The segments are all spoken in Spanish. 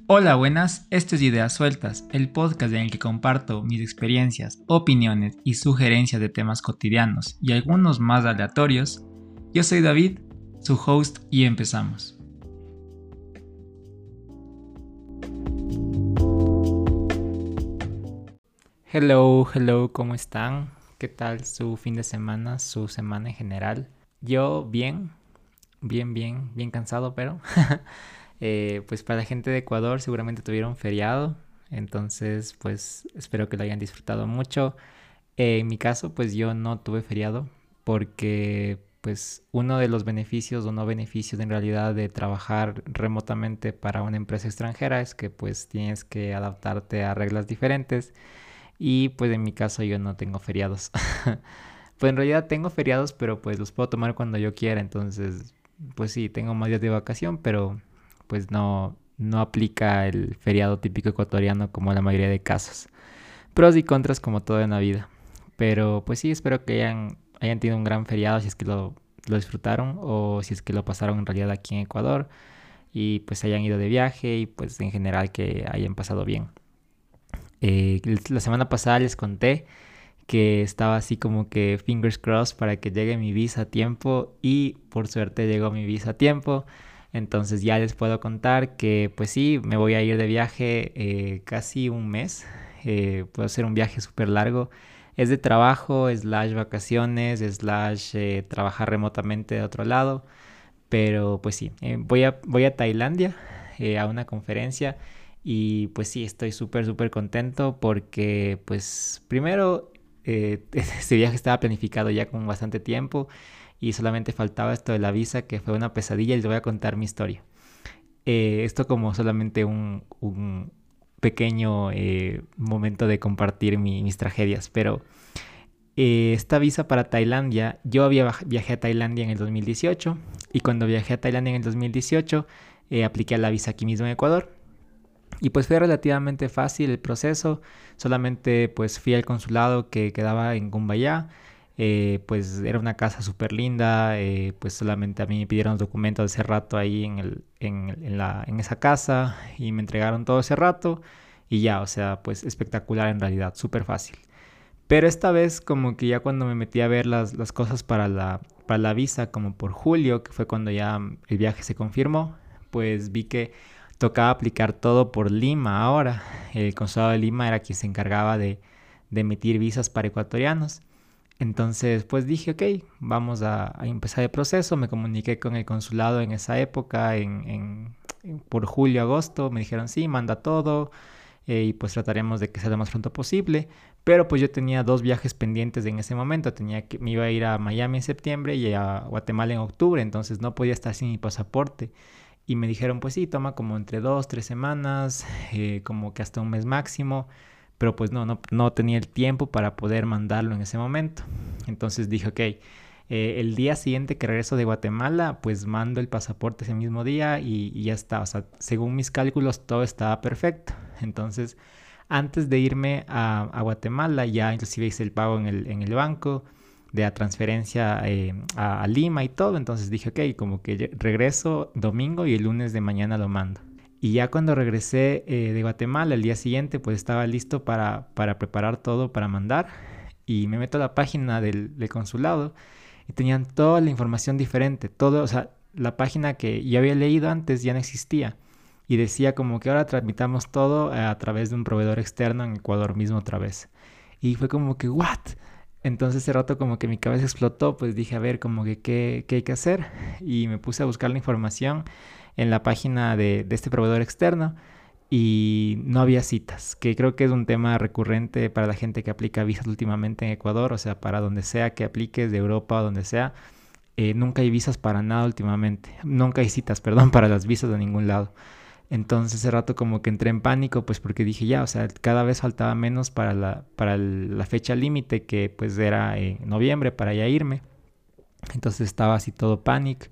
Hola, buenas, esto es Ideas Sueltas, el podcast en el que comparto mis experiencias, opiniones y sugerencias de temas cotidianos y algunos más aleatorios. Yo soy David, su host, y empezamos. Hello, hello, ¿cómo están? ¿Qué tal su fin de semana, su semana en general? Yo bien, bien cansado, pero pues para la gente de Ecuador seguramente tuvieron feriado, entonces pues espero que lo hayan disfrutado mucho. En mi caso, pues yo no tuve feriado porque pues uno de los beneficios o no beneficios en realidad de trabajar remotamente para una empresa extranjera es que pues tienes que adaptarte a reglas diferentes y pues en mi caso yo no tengo feriados. Pues en realidad tengo feriados, pero pues los puedo tomar cuando yo quiera, entonces pues sí, tengo más días de vacación, pero pues no aplica el feriado típico ecuatoriano como la mayoría de casos. Pros y contras como todo en la vida. Pero pues sí, espero que hayan tenido un gran feriado si es que lo disfrutaron o si es que lo pasaron en realidad aquí en Ecuador y pues hayan ido de viaje y pues en general que hayan pasado bien. La semana pasada les conté que estaba así como que fingers crossed para que llegue mi visa a tiempo y por suerte llegó mi visa a tiempo. Entonces ya les puedo contar que pues sí, me voy a ir de viaje casi un mes. Puedo hacer un viaje súper largo. Es de trabajo, slash vacaciones, slash trabajar remotamente de otro lado. Pero pues sí, voy a Tailandia a una conferencia y pues sí, estoy súper contento porque pues primero este viaje estaba planificado ya con bastante tiempo y solamente faltaba esto de la visa que fue una pesadilla y les voy a contar mi historia. Esto como solamente un pequeño momento de compartir mis tragedias, pero esta visa para Tailandia, yo viajé a Tailandia en el 2018 y cuando viajé a Tailandia en el 2018 apliqué a la visa aquí mismo en Ecuador y pues fue relativamente fácil el proceso, solamente pues fui al consulado que quedaba en Cumbayá, pues era una casa súper linda, pues solamente a mí me pidieron los documentos hace rato ahí en esa casa y me entregaron todo ese rato y ya, o sea, pues espectacular en realidad, súper fácil. Pero esta vez como que ya cuando me metí a ver las cosas para la visa, como por julio, que fue cuando ya el viaje se confirmó, pues vi que tocaba aplicar todo por Lima ahora. El consulado de Lima era quien se encargaba de emitir visas para ecuatorianos. Entonces, pues dije, ok, vamos a empezar el proceso. Me comuniqué con el consulado en esa época, por julio, agosto. Me dijeron, sí, manda todo y pues trataremos de que sea lo más pronto posible. Pero pues yo tenía dos viajes pendientes en ese momento. Me iba a ir a Miami en septiembre y a Guatemala en octubre, entonces no podía estar sin mi pasaporte. Y me dijeron, pues sí, toma como entre 2, 3 semanas, como que hasta un mes máximo. Pero pues no tenía el tiempo para poder mandarlo en ese momento. Entonces dije, ok, el día siguiente que regreso de Guatemala, pues mando el pasaporte ese mismo día y ya está. O sea, según mis cálculos, todo estaba perfecto. Entonces, antes de irme a Guatemala, ya inclusive hice el pago en el banco de la transferencia a Lima y todo. Entonces dije, ok, como que regreso domingo y el lunes de mañana lo mando. Y ya cuando regresé de Guatemala, el día siguiente, pues estaba listo para preparar todo para mandar. Y me meto a la página del consulado y tenían toda la información diferente. Todo, o sea, la página que yo había leído antes ya no existía. Y decía como que ahora tramitamos todo a través de un proveedor externo en Ecuador mismo otra vez. Y fue como que, ¿what? Entonces ese rato como que mi cabeza explotó, pues dije, a ver, como que qué hay que hacer. Y me puse a buscar la información en la página de este proveedor externo y no había citas, que creo que es un tema recurrente para la gente que aplica visas últimamente en Ecuador, o sea, para donde sea que apliques, de Europa o donde sea, nunca hay visas para nada últimamente, nunca hay citas, perdón, para las visas de ningún lado. Entonces ese rato como que entré en pánico, pues porque dije ya, o sea, cada vez faltaba menos para la fecha límite que pues era en noviembre para ya irme. Entonces estaba así todo pánico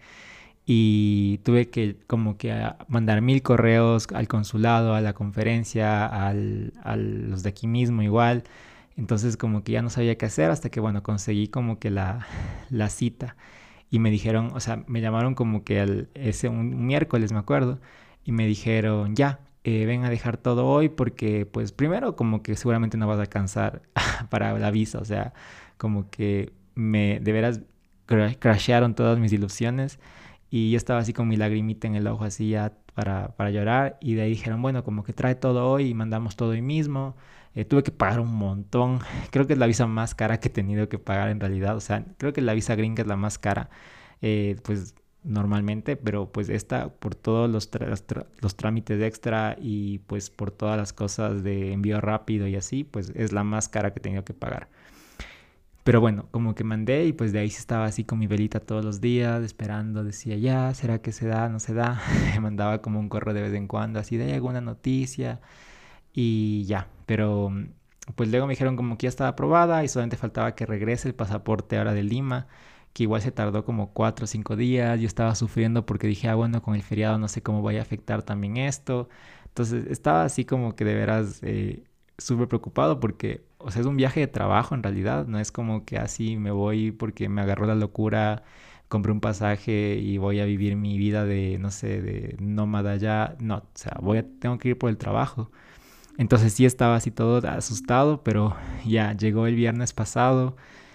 y tuve que como que mandar 1000 correos al consulado, a la conferencia, a los de aquí mismo igual. Entonces como que ya no sabía qué hacer hasta que bueno, conseguí como que la cita y me dijeron, o sea, me llamaron como que un miércoles, me acuerdo, y me dijeron, ya. ven a dejar todo hoy porque pues primero como que seguramente no vas a alcanzar para la visa, o sea, como que me de veras crashearon todas mis ilusiones y yo estaba así con mi lagrimita en el ojo así ya para llorar y de ahí dijeron, bueno, como que trae todo hoy y mandamos todo hoy mismo. Tuve que pagar un montón, creo que es la visa más cara que he tenido que pagar en realidad, o sea, creo que la visa gringa es la más cara, pues normalmente, pero pues esta por todos los trámites extra y pues por todas las cosas de envío rápido y así, pues es la más cara que he tenido que pagar. Pero bueno, como que mandé y pues de ahí sí estaba así con mi velita todos los días, esperando, decía, ya, ¿será que se da? ¿No se da? Me mandaba como un correo de vez en cuando, así de, ¿hay alguna noticia? Y ya, pero pues luego me dijeron como que ya estaba aprobada y solamente faltaba que regrese el pasaporte ahora de Lima, que igual se tardó como 4 o 5 días. Yo estaba sufriendo porque dije, ah, bueno, con el feriado no sé cómo vaya a afectar también esto. Entonces estaba así como que de veras súper preocupado porque, o sea, es un viaje de trabajo en realidad, no es como que así me voy porque me agarró la locura, compré un pasaje y voy a vivir mi vida de, no sé, de nómada ya. No, o sea, tengo que ir por el trabajo. Entonces sí estaba así todo asustado, pero ya llegó el viernes pasado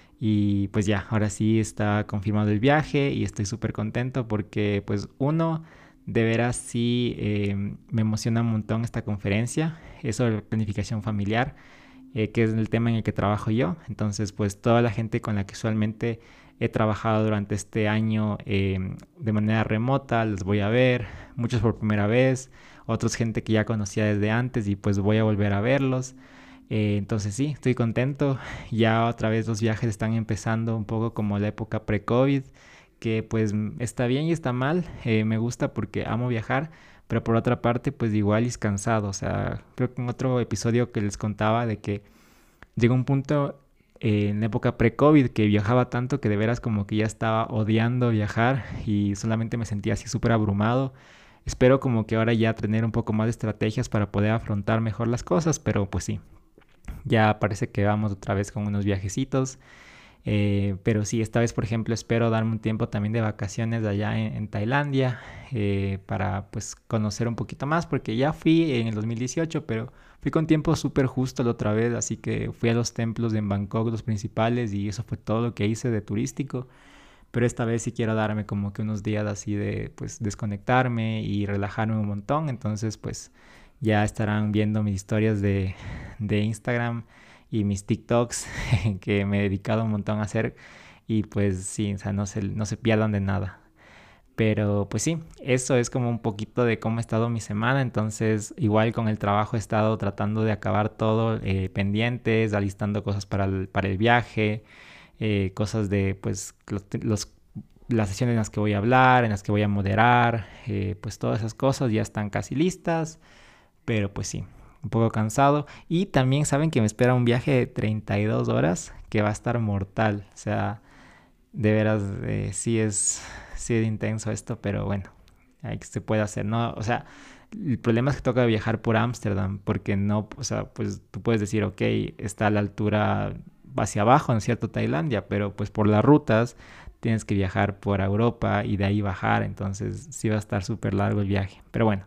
y pues ya, ahora sí está confirmado el viaje y estoy súper contento porque pues uno, de veras sí me emociona un montón esta conferencia, eso de planificación familiar, que es el tema en el que trabajo yo. Entonces pues toda la gente con la que usualmente he trabajado durante este año de manera remota, los voy a ver, muchos por primera vez, otros gente que ya conocía desde antes y pues voy a volver a verlos. Entonces sí, estoy contento. Ya otra vez los viajes están empezando un poco como la época pre-COVID, que pues está bien y está mal. Me gusta porque amo viajar, pero por otra parte pues igual es cansado. O sea, creo que en otro episodio que les contaba de que llegó un punto en la época pre-COVID que viajaba tanto que de veras como que ya estaba odiando viajar y solamente me sentía así súper abrumado. Espero como que ahora ya tener un poco más de estrategias para poder afrontar mejor las cosas, pero pues sí, ya parece que vamos otra vez con unos viajecitos. Pero sí, esta vez, por ejemplo, espero darme un tiempo también de vacaciones allá en Tailandia para pues conocer un poquito más, porque ya fui en el 2018, pero fui con tiempo súper justo la otra vez, así que fui a los templos en Bangkok, los principales, y eso fue todo lo que hice de turístico. Pero esta vez sí quiero darme como que unos días así de pues desconectarme y relajarme un montón. Entonces pues ya estarán viendo mis historias de Instagram y mis TikToks que me he dedicado un montón a hacer. Y pues sí, o sea, no se pierdan de nada. Pero pues sí, eso es como un poquito de cómo ha estado mi semana. Entonces, igual con el trabajo he estado tratando de acabar todo, pendientes, alistando cosas para el viaje, cosas de pues las sesiones en las que voy a hablar, en las que voy a moderar, pues todas esas cosas ya están casi listas, pero pues sí, un poco cansado. Y también saben que me espera un viaje de 32 horas que va a estar mortal, o sea, de veras, sí es intenso esto, pero bueno, ahí que se puede hacer, ¿no? O sea, el problema es que toca viajar por Ámsterdam, porque no, o sea, pues tú puedes decir, ok, está a la altura hacia abajo, ¿no es cierto? Tailandia, pero pues por las rutas tienes que viajar por Europa y de ahí bajar, entonces sí va a estar súper largo el viaje. Pero bueno,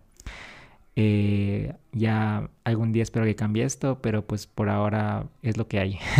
ya algún día espero que cambie esto, pero pues por ahora es lo que hay.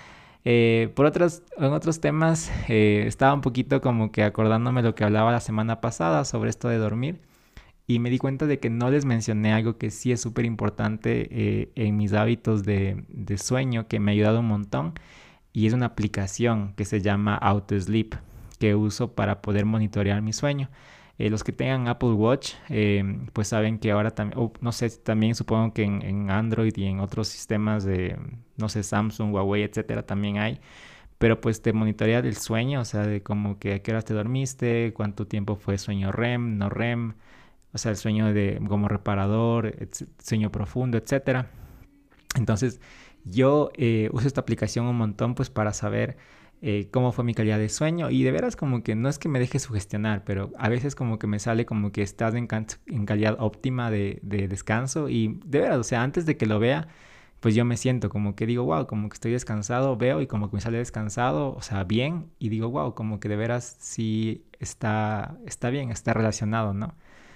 En otros temas, estaba un poquito como que acordándome lo que hablaba la semana pasada sobre esto de dormir y me di cuenta de que no les mencioné algo que sí es súper importante en mis hábitos de sueño, que me ha ayudado un montón y es una aplicación que se llama AutoSleep que uso para poder monitorear mi sueño. Los que tengan Apple Watch, pues saben que ahora también, no sé, también supongo que en Android y en otros sistemas de, no sé, Samsung, Huawei, etcétera, también hay, pero pues te monitorea del sueño, o sea, de como que a qué horas te dormiste, cuánto tiempo fue sueño REM, no REM, o sea, el sueño de como reparador, sueño profundo, etcétera. Entonces, yo uso esta aplicación un montón pues para saber cómo fue mi calidad de sueño y de veras como que no es que me deje sugestionar, pero a veces como que me sale como que estás en calidad óptima de descanso y de veras, o sea, antes de que lo vea, pues yo me siento como que digo, wow, como que estoy descansado, veo y como que me sale descansado, o sea, bien, y digo, wow, como que de veras sí está bien, está relacionado, ¿no?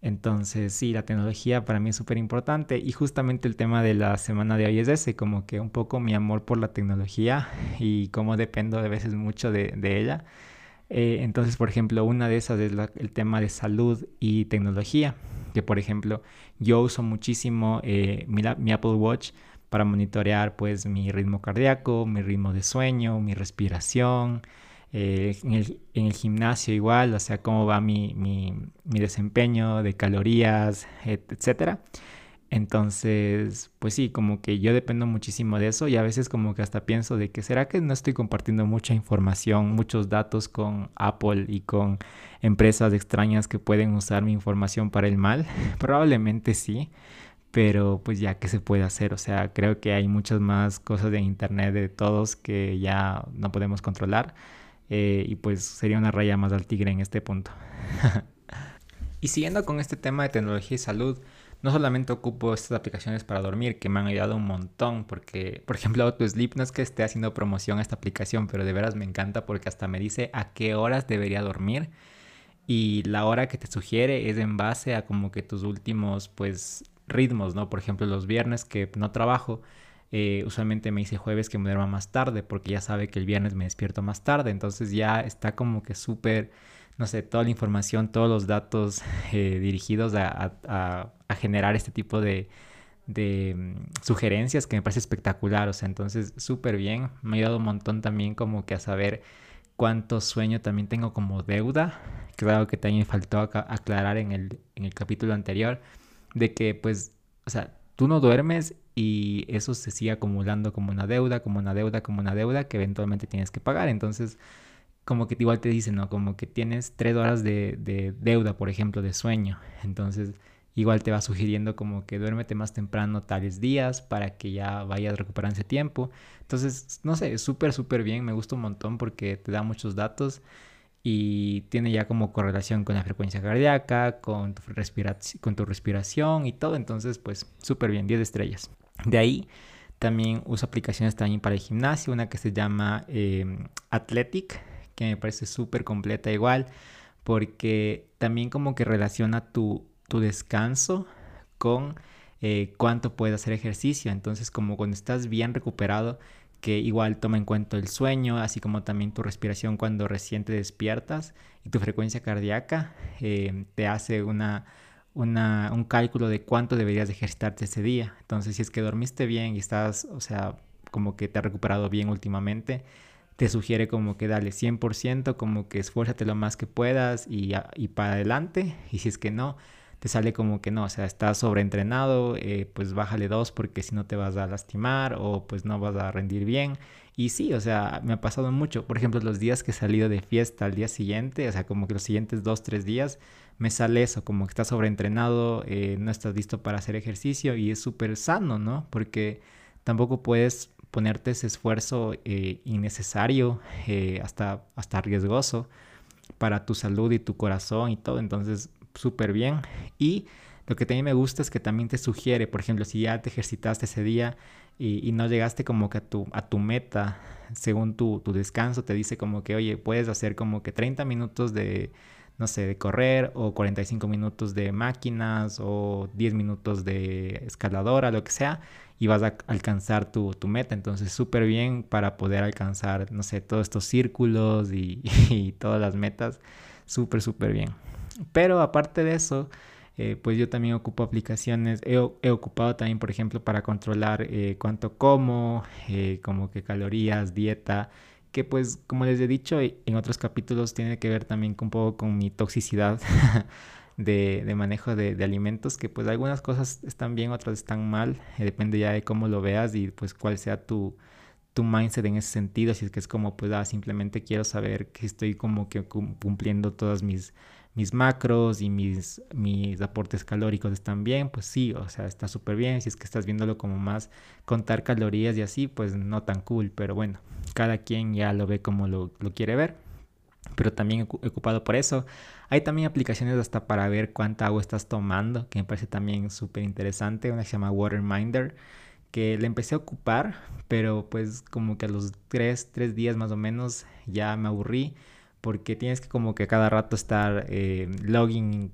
Entonces, sí, la tecnología para mí es súper importante y justamente el tema de la semana de hoy es ese, como que un poco mi amor por la tecnología y cómo dependo de veces mucho de ella. Entonces, por ejemplo, una de esas es el tema de salud y tecnología, que por ejemplo yo uso muchísimo mi Apple Watch para monitorear pues mi ritmo cardíaco, mi ritmo de sueño, mi respiración, en el gimnasio igual, o sea, cómo va mi desempeño de calorías, etcétera. Entonces, pues sí, como que yo dependo muchísimo de eso y a veces como que hasta pienso de que será que no estoy compartiendo mucha información, muchos datos con Apple y con empresas extrañas que pueden usar mi información para el mal. Probablemente sí, pero pues ya, ¿qué se puede hacer? O sea, creo que hay muchas más cosas de internet de todos que ya no podemos controlar, y pues sería una raya más al tigre en este punto. Y siguiendo con este tema de tecnología y salud, no solamente ocupo estas aplicaciones para dormir, que me han ayudado un montón, porque, por ejemplo, AutoSleep no es que esté haciendo promoción a esta aplicación, pero de veras me encanta porque hasta me dice a qué horas debería dormir y la hora que te sugiere es en base a como que tus últimos, pues, ritmos, ¿no? Por ejemplo, los viernes que no trabajo, usualmente me dice jueves que me duerma más tarde porque ya sabe que el viernes me despierto más tarde, entonces ya está como que súper, no sé, toda la información, todos los datos dirigidos a generar este tipo de sugerencias que me parece espectacular, o sea, entonces súper bien, me ha ayudado un montón también como que a saber cuánto sueño también tengo como deuda, que es algo que también me faltó aclarar en el capítulo anterior, de que pues, o sea, tú no duermes y eso se sigue acumulando como una deuda, como una deuda, como una deuda que eventualmente tienes que pagar. Entonces, como que igual te dicen, ¿no? Como que tienes 3 horas de deuda, por ejemplo, de sueño. Entonces, igual te va sugiriendo como que duérmete más temprano tales días para que ya vayas recuperando ese tiempo. Entonces, no sé, es súper, súper bien. Me gusta un montón porque te da muchos datos y tiene ya como correlación con la frecuencia cardíaca, con tu respiración y todo. Entonces, pues, súper bien, 10 estrellas. De ahí también uso aplicaciones también para el gimnasio, una que se llama Athletic, que me parece súper completa igual, porque también como que relaciona tu descanso con cuánto puedes hacer ejercicio. Entonces, como cuando estás bien recuperado, que igual toma en cuenta el sueño, así como también tu respiración cuando recién te despiertas y tu frecuencia cardíaca, te hace un cálculo de cuánto deberías de ejercitarte ese día. Entonces, si es que dormiste bien y estás, o sea, como que te has recuperado bien últimamente, te sugiere como que dale 100%, como que esfuérzate lo más que puedas y para adelante. Y si es que no, te sale como que no, o sea, estás sobreentrenado, pues bájale dos porque si no te vas a lastimar o pues no vas a rendir bien. Y sí, o sea, me ha pasado mucho. Por ejemplo, los días que he salido de fiesta al día siguiente, o sea, como que los siguientes 2, 3 días, me sale eso, como que estás sobreentrenado, no estás listo para hacer ejercicio y es súper sano, ¿no? Porque tampoco puedes ponerte ese esfuerzo innecesario, hasta riesgoso para tu salud y tu corazón y todo. Entonces, súper bien. Y lo que también me gusta es que también te sugiere, por ejemplo, si ya te ejercitaste ese día y no llegaste como que a tu meta, según tu descanso, te dice como que, oye, puedes hacer como que 30 minutos de, no sé, de correr o 45 minutos de máquinas o 10 minutos de escaladora, lo que sea, y vas a alcanzar tu meta. Entonces, súper bien para poder alcanzar, no sé, todos estos círculos y todas las metas. Súper, súper bien. Pero aparte de eso, pues yo también ocupo aplicaciones. He ocupado también, por ejemplo, para controlar cuánto como, como que calorías, dieta, que pues como les he dicho en otros capítulos tiene que ver también un poco con mi toxicidad de manejo de alimentos, que pues algunas cosas están bien, otras están mal, depende ya de cómo lo veas y pues cuál sea tu mindset en ese sentido, si es que es como, pues, simplemente quiero saber que estoy como que cumpliendo todas mis macros y mis aportes calóricos están bien, pues sí, o sea, está súper bien. Si es que estás viéndolo como más contar calorías y así, pues no tan cool, pero bueno, cada quien ya lo ve como lo quiere ver. Pero también he ocupado por eso. Hay también aplicaciones hasta para ver cuánta agua estás tomando, que me parece también súper interesante. Una que se llama Waterminder, que le empecé a ocupar, pero pues como que a los 3 días más o menos ya me aburrí porque tienes que como que cada rato estar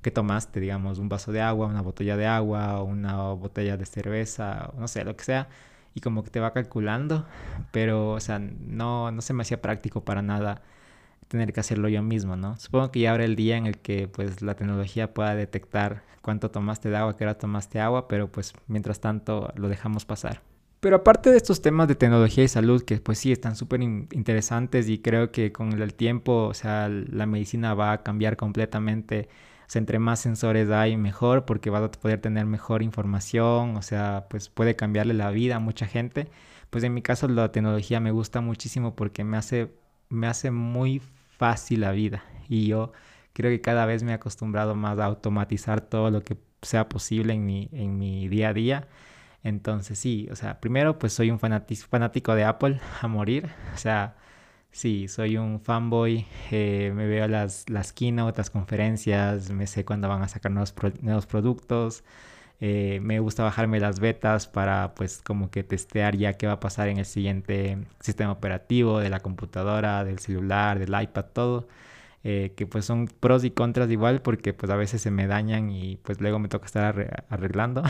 qué tomaste, digamos, un vaso de agua, una botella de agua, una botella de cerveza, o no sé, lo que sea, y como que te va calculando, pero, o sea, no se me hacía práctico para nada tener que hacerlo yo mismo, ¿no? Supongo que ya habrá el día en el que pues la tecnología pueda detectar cuánto tomaste de agua, qué hora tomaste agua, pero pues mientras tanto lo dejamos pasar. Pero aparte de estos temas de tecnología y salud, que pues sí están súper interesantes y creo que con el tiempo, o sea, la medicina va a cambiar completamente. O sea, entre más sensores hay, mejor, porque vas a poder tener mejor información, o sea, pues puede cambiarle la vida a mucha gente. Pues en mi caso la tecnología me gusta muchísimo porque me hace muy fácil la vida y yo creo que cada vez me he acostumbrado más a automatizar todo lo que sea posible en mi día a día. Entonces sí, o sea, primero pues soy un fanático de Apple a morir. O sea, sí, soy un fanboy. Me veo las keynote, las conferencias, me sé cuándo van a sacar nuevos productos. Me gusta bajarme las betas para pues como que testear ya qué va a pasar en el siguiente sistema operativo de la computadora, del celular, del iPad, todo. Que pues son pros y contras igual porque pues a veces se me dañan y pues luego me toca estar arreglando.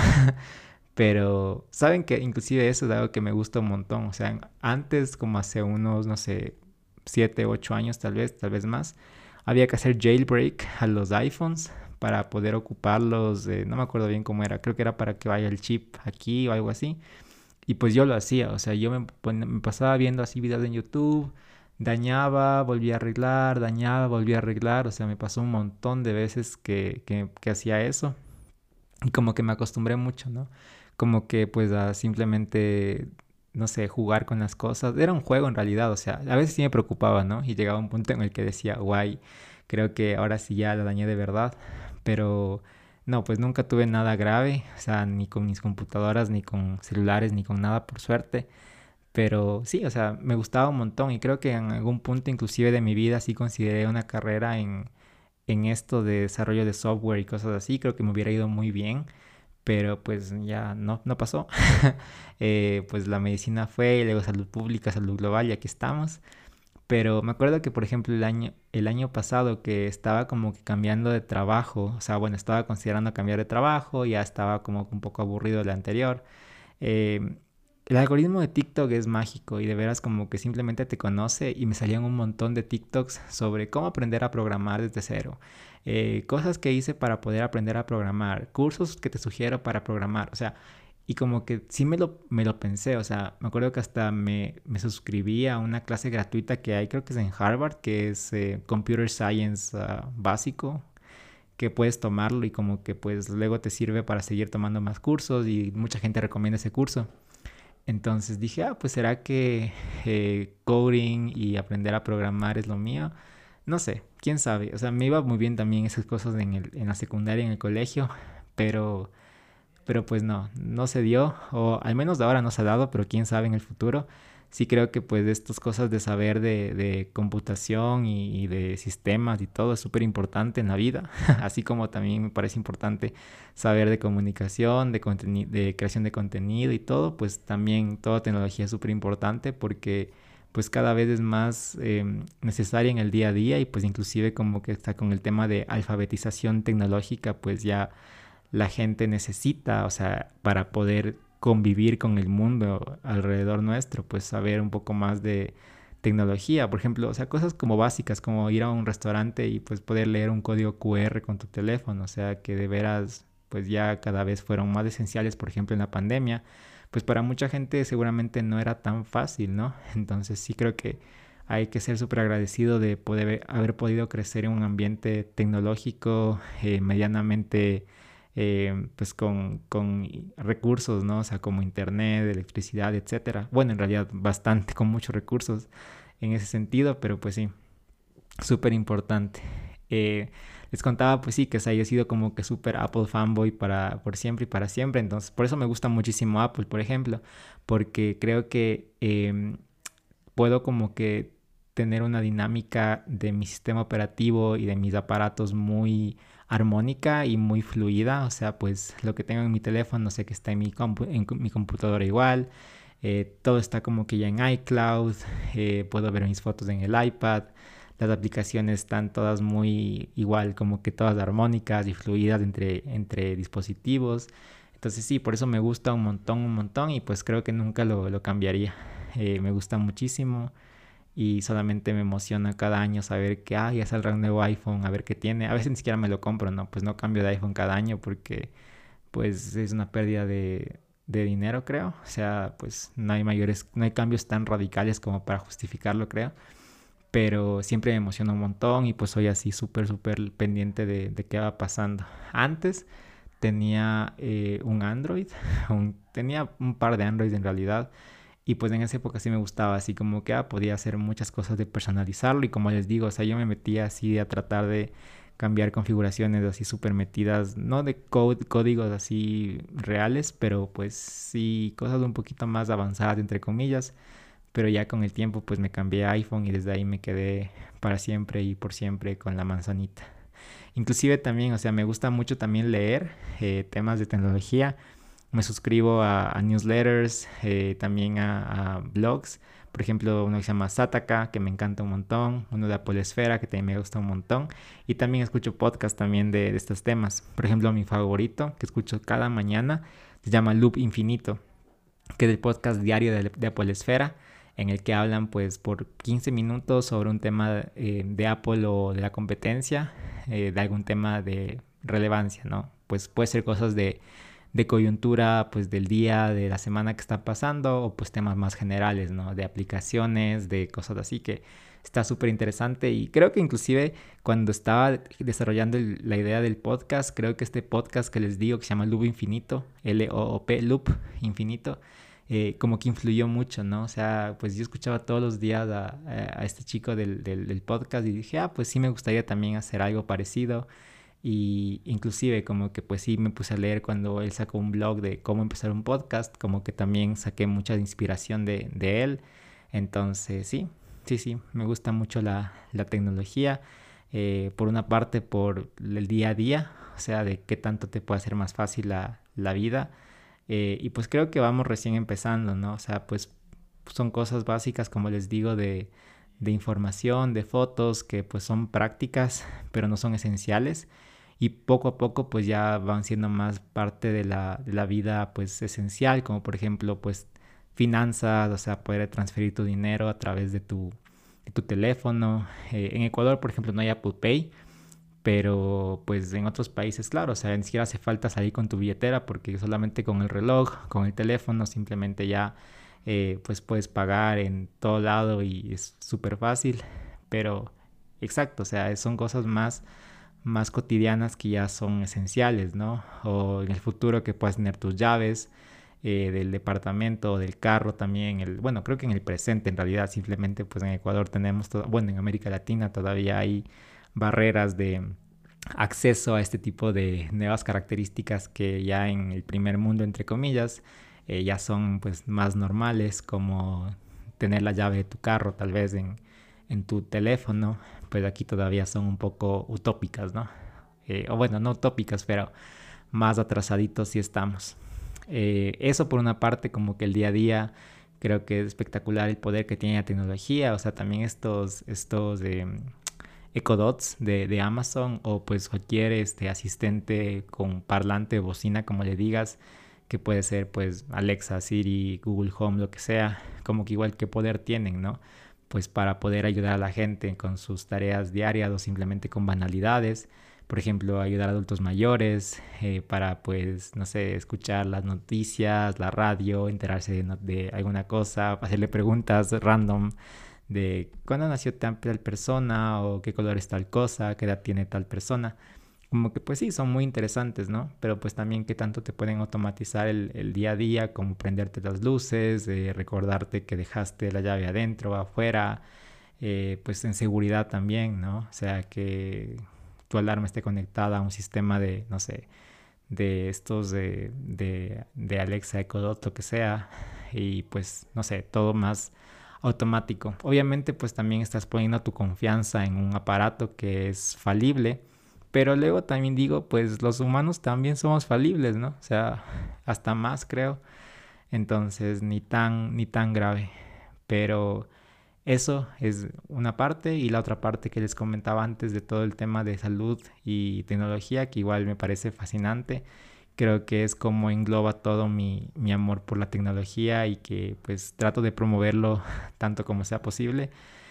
Pero saben que inclusive eso es algo que me gusta un montón. O sea, antes, como hace unos, no sé, 7 8 años tal vez más, había que hacer jailbreak a los iPhones para poder ocuparlos. No me acuerdo bien cómo era. Creo que era para que vaya el chip aquí o algo así. Y pues yo lo hacía. O sea, yo me pasaba viendo así videos en YouTube. Dañaba, volvía a arreglar, dañaba, volvía a arreglar. O sea, me pasó un montón de veces que hacía eso. Y como que me acostumbré mucho, ¿no? Como que pues a simplemente, no sé, jugar con las cosas. Era un juego en realidad, o sea, a veces sí me preocupaba, ¿no? Y llegaba un punto en el que decía, guay, creo que ahora sí ya la dañé de verdad. Pero no, pues nunca tuve nada grave, o sea, ni con mis computadoras, ni con celulares, ni con nada, por suerte. Pero sí, o sea, me gustaba un montón y creo que en algún punto inclusive de mi vida sí consideré una carrera en esto de desarrollo de software y cosas así. Creo que me hubiera ido muy bien, pero pues ya no pasó. Pues la medicina fue, y luego salud pública, salud global, y aquí estamos. Pero me acuerdo que, por ejemplo, el año pasado que estaba como que cambiando de trabajo, o sea, bueno, estaba considerando cambiar de trabajo, ya estaba como un poco aburrido del anterior. eh, el algoritmo de TikTok es mágico y de veras como que simplemente te conoce y me salían un montón de TikToks sobre cómo aprender a programar desde cero. Cosas que hice para poder aprender a programar, cursos que te sugiero para programar, o sea, y como que sí me lo pensé, o sea, me acuerdo que hasta me suscribí a una clase gratuita que hay, creo que es en Harvard, que es Computer Science básico, que puedes tomarlo y como que pues luego te sirve para seguir tomando más cursos y mucha gente recomienda ese curso. Entonces dije, pues será que coding y aprender a programar es lo mío. No sé, quién sabe. O sea, me iba muy bien también esas cosas en la secundaria, en el colegio, pero, pero pues no se dio, o al menos de ahora no se ha dado, pero quién sabe en el futuro. Sí creo que pues estas cosas de saber de computación y de sistemas y todo es súper importante en la vida, así como también me parece importante saber de comunicación, de creación de contenido y todo, pues también toda tecnología es súper importante porque pues cada vez es más necesaria en el día a día y pues inclusive como que está con el tema de alfabetización tecnológica, pues ya la gente necesita, o sea, para poder convivir con el mundo alrededor nuestro, pues saber un poco más de tecnología, por ejemplo, o sea, cosas como básicas, como ir a un restaurante y pues poder leer un código QR con tu teléfono, o sea, que de veras pues ya cada vez fueron más esenciales, por ejemplo, en la pandemia, pues para mucha gente seguramente no era tan fácil, ¿no? Entonces sí creo que hay que ser súper agradecido de poder haber podido crecer en un ambiente tecnológico medianamente pues con recursos, ¿no? O sea, como internet, electricidad, etcétera. Bueno, en realidad bastante, con muchos recursos en ese sentido, pero pues sí, súper importante. Eh, Les contaba, pues sí, que o sea, yo he sido como que súper Apple fanboy por siempre y para siempre. Entonces, por eso me gusta muchísimo Apple, por ejemplo, porque creo que puedo como que tener una dinámica de mi sistema operativo y de mis aparatos muy armónica y muy fluida. O sea, pues lo que tengo en mi teléfono, sé que está en mi computadora igual. Todo está como que ya en iCloud. Puedo ver mis fotos en el iPad. las aplicaciones están todas muy igual, como que todas armónicas y fluidas entre dispositivos. Entonces sí, por eso me gusta un montón y pues creo que nunca lo cambiaría. Me gusta muchísimo y solamente me emociona cada año saber que ya saldrá un nuevo iPhone, a ver qué tiene. A veces ni siquiera me lo compro, ¿no? Pues no cambio de iPhone cada año porque pues es una pérdida de dinero, creo. O sea, pues no hay cambios tan radicales como para justificarlo, creo. Pero siempre me emociona un montón y pues soy así súper pendiente de qué va pasando. Antes tenía un Android, tenía un par de Android en realidad, y pues en esa época sí me gustaba, así como que podía hacer muchas cosas de personalizarlo y como les digo, o sea, yo me metía así a tratar de cambiar configuraciones así súper metidas, no de códigos así reales, pero pues sí cosas un poquito más avanzadas entre comillas, pero ya con el tiempo pues me cambié a iPhone y desde ahí me quedé para siempre y por siempre con la manzanita. Inclusive también, o sea, me gusta mucho también leer temas de tecnología. Me suscribo a newsletters, también a blogs. Por ejemplo, uno que se llama Sataka, que me encanta un montón. Uno de Apple Esfera, que también me gusta un montón. Y también escucho podcasts también de estos temas. Por ejemplo, mi favorito, que escucho cada mañana, se llama Loop Infinito, que es el podcast diario de Apple Esfera, en el que hablan pues por 15 minutos sobre un tema de Apple o de la competencia, de algún tema de relevancia, ¿no? Pues puede ser cosas de coyuntura pues del día, de la semana que está pasando o pues temas más generales, ¿no? De aplicaciones, de cosas así que está súper interesante y creo que inclusive cuando estaba desarrollando la idea del podcast, creo que este podcast que les digo que se llama Loop Infinito, L-O-O-P, Loop Infinito, como que influyó mucho, ¿no? O sea, pues yo escuchaba todos los días a este chico del podcast y dije, pues sí me gustaría también hacer algo parecido. Y inclusive como que pues sí me puse a leer cuando él sacó un blog de cómo empezar un podcast, como que también saqué mucha inspiración de él. Entonces sí, me gusta mucho la tecnología. Por una parte por el día a día, o sea, de qué tanto te puede hacer más fácil la vida. Y pues creo que vamos recién empezando, ¿no? O sea, pues son cosas básicas, como les digo, de información, de fotos, que pues son prácticas, pero no son esenciales. Y poco a poco pues ya van siendo más parte de la vida pues esencial, como por ejemplo pues finanzas, o sea, poder transferir tu dinero a través de tu teléfono. En Ecuador, por ejemplo, no hay Apple Pay, pero pues en otros países, claro, o sea, ni siquiera hace falta salir con tu billetera porque solamente con el reloj, con el teléfono, simplemente ya pues puedes pagar en todo lado y es súper fácil. Pero exacto, o sea, son cosas más cotidianas que ya son esenciales, ¿no? O en el futuro que puedas tener tus llaves del departamento o del carro también. Bueno, creo que en el presente en realidad simplemente pues en Ecuador tenemos, bueno, en América Latina todavía hay barreras de acceso a este tipo de nuevas características que ya en el primer mundo, entre comillas, ya son pues más normales, como tener la llave de tu carro tal vez en tu teléfono, pues aquí todavía son un poco utópicas, ¿no? O bueno, no utópicas, pero más atrasaditos sí estamos. Eso por una parte, como que el día a día, creo que es espectacular el poder que tiene la tecnología, o sea, también estos Echo Dots de Amazon o pues cualquier asistente con parlante, bocina, como le digas, que puede ser pues Alexa, Siri, Google Home, lo que sea, como que igual qué poder tienen, ¿no? Pues para poder ayudar a la gente con sus tareas diarias o simplemente con banalidades. Por ejemplo, ayudar a adultos mayores para, pues, no sé, escuchar las noticias, la radio, enterarse de alguna cosa, hacerle preguntas random de cuándo nació tal persona o qué color es tal cosa, qué edad tiene tal persona. Como que pues sí, son muy interesantes, ¿no? Pero pues también qué tanto te pueden automatizar el día a día, como prenderte las luces, recordarte que dejaste la llave adentro o afuera, pues en seguridad también, ¿no? O sea, que tu alarma esté conectada a un sistema de, no sé, de estos de Alexa, Echo Dot, lo que sea, y pues, no sé, todo más automático. Obviamente, pues también estás poniendo tu confianza en un aparato que es falible, pero luego también digo, pues los humanos también somos falibles, ¿no? O sea, hasta más creo. Entonces, ni tan grave. Pero eso es una parte, y la otra parte que les comentaba antes de todo el tema de salud y tecnología, que igual me parece fascinante. Creo que es como engloba todo mi amor por la tecnología y que pues trato de promoverlo tanto como sea posible.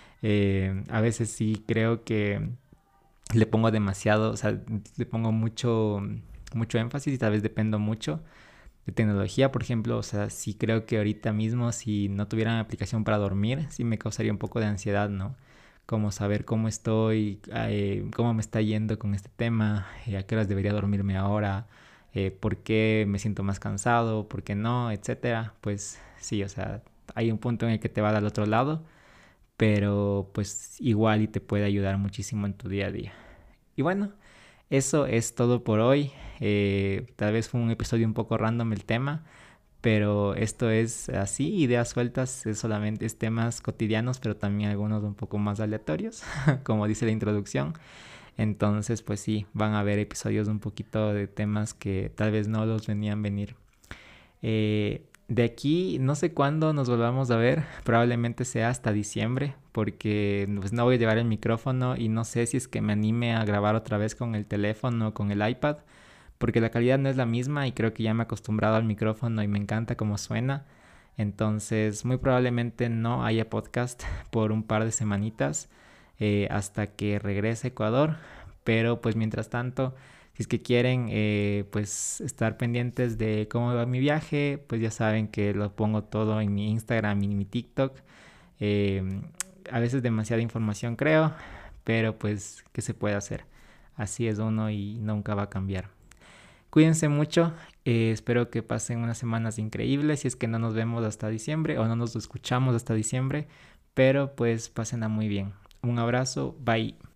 A veces sí creo que le pongo demasiado, o sea, le pongo mucho énfasis y tal vez dependo mucho de tecnología. Por ejemplo, o sea, sí creo que ahorita mismo si no tuviera una aplicación para dormir, sí me causaría un poco de ansiedad, ¿no? Como saber cómo estoy, cómo me está yendo con este tema, a qué horas debería dormirme ahora, por qué me siento más cansado, por qué no, etcétera. Pues sí, o sea, hay un punto en el que te va al otro lado, pero pues igual y te puede ayudar muchísimo en tu día a día. Y bueno, eso es todo por hoy. Tal vez fue un episodio un poco random el tema, pero esto es así, ideas sueltas, solamente es temas cotidianos, pero también algunos un poco más aleatorios, como dice la introducción. Entonces, pues sí, van a haber episodios un poquito de temas que tal vez no los venían venir. De aquí, no sé cuándo nos volvamos a ver, probablemente sea hasta diciembre, porque pues, no voy a llevar el micrófono y no sé si es que me anime a grabar otra vez con el teléfono o con el iPad, porque la calidad no es la misma y creo que ya me he acostumbrado al micrófono y me encanta cómo suena. Entonces, muy probablemente no haya podcast por un par de semanitas hasta que regrese a Ecuador, pero pues mientras tanto, si es que quieren pues estar pendientes de cómo va mi viaje, pues ya saben que lo pongo todo en mi Instagram y en mi TikTok. Eh, a veces demasiada información creo, pero pues ¿qué se puede hacer? Así es uno y nunca va a cambiar. Cuídense mucho, espero que pasen unas semanas increíbles si es que no nos vemos hasta diciembre o no nos escuchamos hasta diciembre, pero pues pásenla muy bien. Un abrazo, bye.